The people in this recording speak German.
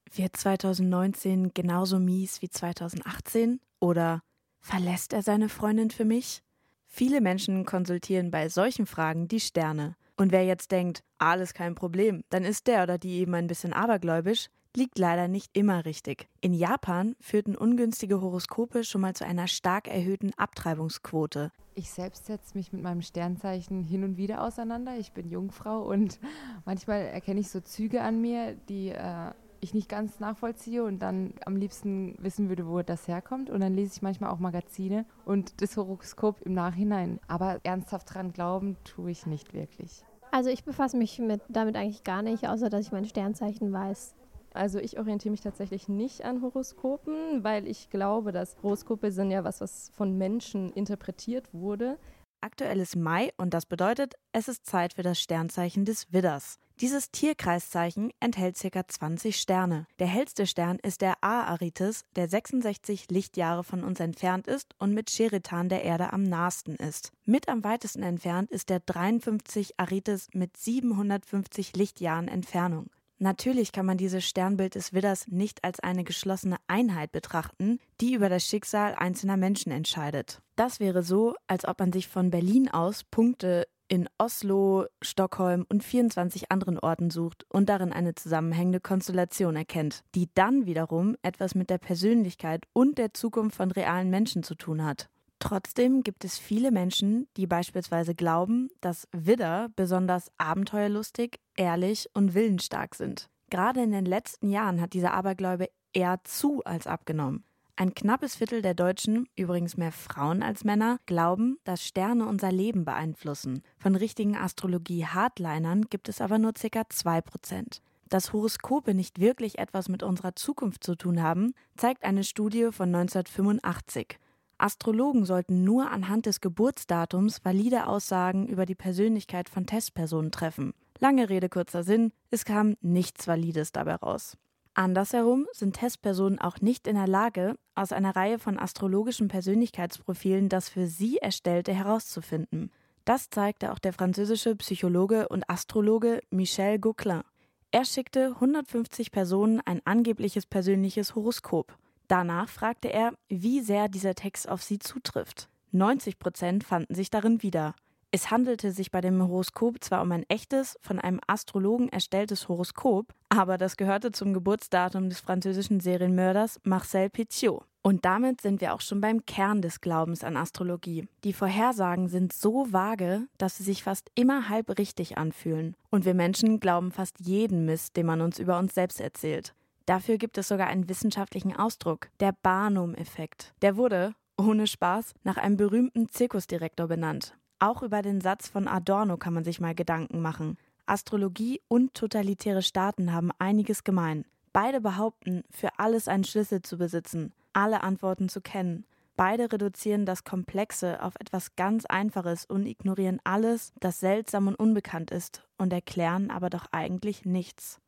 wird 2019 genauso mies wie 2018? Oder verlässt er seine Freundin für mich? Viele Menschen konsultieren bei solchen Fragen die Sterne. Und wer jetzt denkt, alles kein Problem, dann ist der oder die eben ein bisschen abergläubisch, liegt leider nicht immer richtig. In Japan führten ungünstige Horoskope schon mal zu einer stark erhöhten Abtreibungsquote. Ich selbst setze mich mit meinem Sternzeichen hin und wieder auseinander. Ich bin Jungfrau und manchmal erkenne ich so Züge an mir, die ich nicht ganz nachvollziehe und dann am liebsten wissen würde, wo das herkommt. Und dann lese ich manchmal auch Magazine und das Horoskop im Nachhinein. Aber ernsthaft dran glauben tue ich nicht wirklich. Also ich befasse mich damit eigentlich gar nicht, außer dass ich mein Sternzeichen weiß. Also ich orientiere mich tatsächlich nicht an Horoskopen, weil ich glaube, dass Horoskope sind ja was von Menschen interpretiert wurde. Aktuell ist Mai und das bedeutet, es ist Zeit für das Sternzeichen des Widders. Dieses Tierkreiszeichen enthält ca. 20 Sterne. Der hellste Stern ist der A-Aritis, der 66 Lichtjahre von uns entfernt ist und mit Cheritan der Erde am nahesten ist. Mit am weitesten entfernt ist der 53 Aritis mit 750 Lichtjahren Entfernung. Natürlich kann man dieses Sternbild des Widders nicht als eine geschlossene Einheit betrachten, die über das Schicksal einzelner Menschen entscheidet. Das wäre so, als ob man sich von Berlin aus Punkte in Oslo, Stockholm und 24 anderen Orten sucht und darin eine zusammenhängende Konstellation erkennt, die dann wiederum etwas mit der Persönlichkeit und der Zukunft von realen Menschen zu tun hat. Trotzdem gibt es viele Menschen, die beispielsweise glauben, dass Widder besonders abenteuerlustig, ehrlich und willensstark sind. Gerade in den letzten Jahren hat dieser Aberglaube eher zu als abgenommen. Ein knappes Viertel der Deutschen, übrigens mehr Frauen als Männer, glauben, dass Sterne unser Leben beeinflussen. Von richtigen Astrologie-Hardlinern gibt es aber nur ca. 2%. Dass Horoskope nicht wirklich etwas mit unserer Zukunft zu tun haben, zeigt eine Studie von 1985. Astrologen sollten nur anhand des Geburtsdatums valide Aussagen über die Persönlichkeit von Testpersonen treffen. Lange Rede, kurzer Sinn, es kam nichts Valides dabei raus. Andersherum sind Testpersonen auch nicht in der Lage, aus einer Reihe von astrologischen Persönlichkeitsprofilen das für sie Erstellte herauszufinden. Das zeigte auch der französische Psychologe und Astrologe Michel Gauquelin. Er schickte 150 Personen ein angebliches persönliches Horoskop. Danach fragte er, wie sehr dieser Text auf sie zutrifft. 90% fanden sich darin wieder. Es handelte sich bei dem Horoskop zwar um ein echtes, von einem Astrologen erstelltes Horoskop, aber das gehörte zum Geburtsdatum des französischen Serienmörders Marcel Petiot. Und damit sind wir auch schon beim Kern des Glaubens an Astrologie. Die Vorhersagen sind so vage, dass sie sich fast immer halb richtig anfühlen. Und wir Menschen glauben fast jeden Mist, den man uns über uns selbst erzählt. Dafür gibt es sogar einen wissenschaftlichen Ausdruck, der Barnum-Effekt. Der wurde, ohne Spaß, nach einem berühmten Zirkusdirektor benannt. Auch über den Satz von Adorno kann man sich mal Gedanken machen. Astrologie und totalitäre Staaten haben einiges gemein. Beide behaupten, für alles einen Schlüssel zu besitzen, alle Antworten zu kennen. Beide reduzieren das Komplexe auf etwas ganz Einfaches und ignorieren alles, das seltsam und unbekannt ist, und erklären aber doch eigentlich nichts.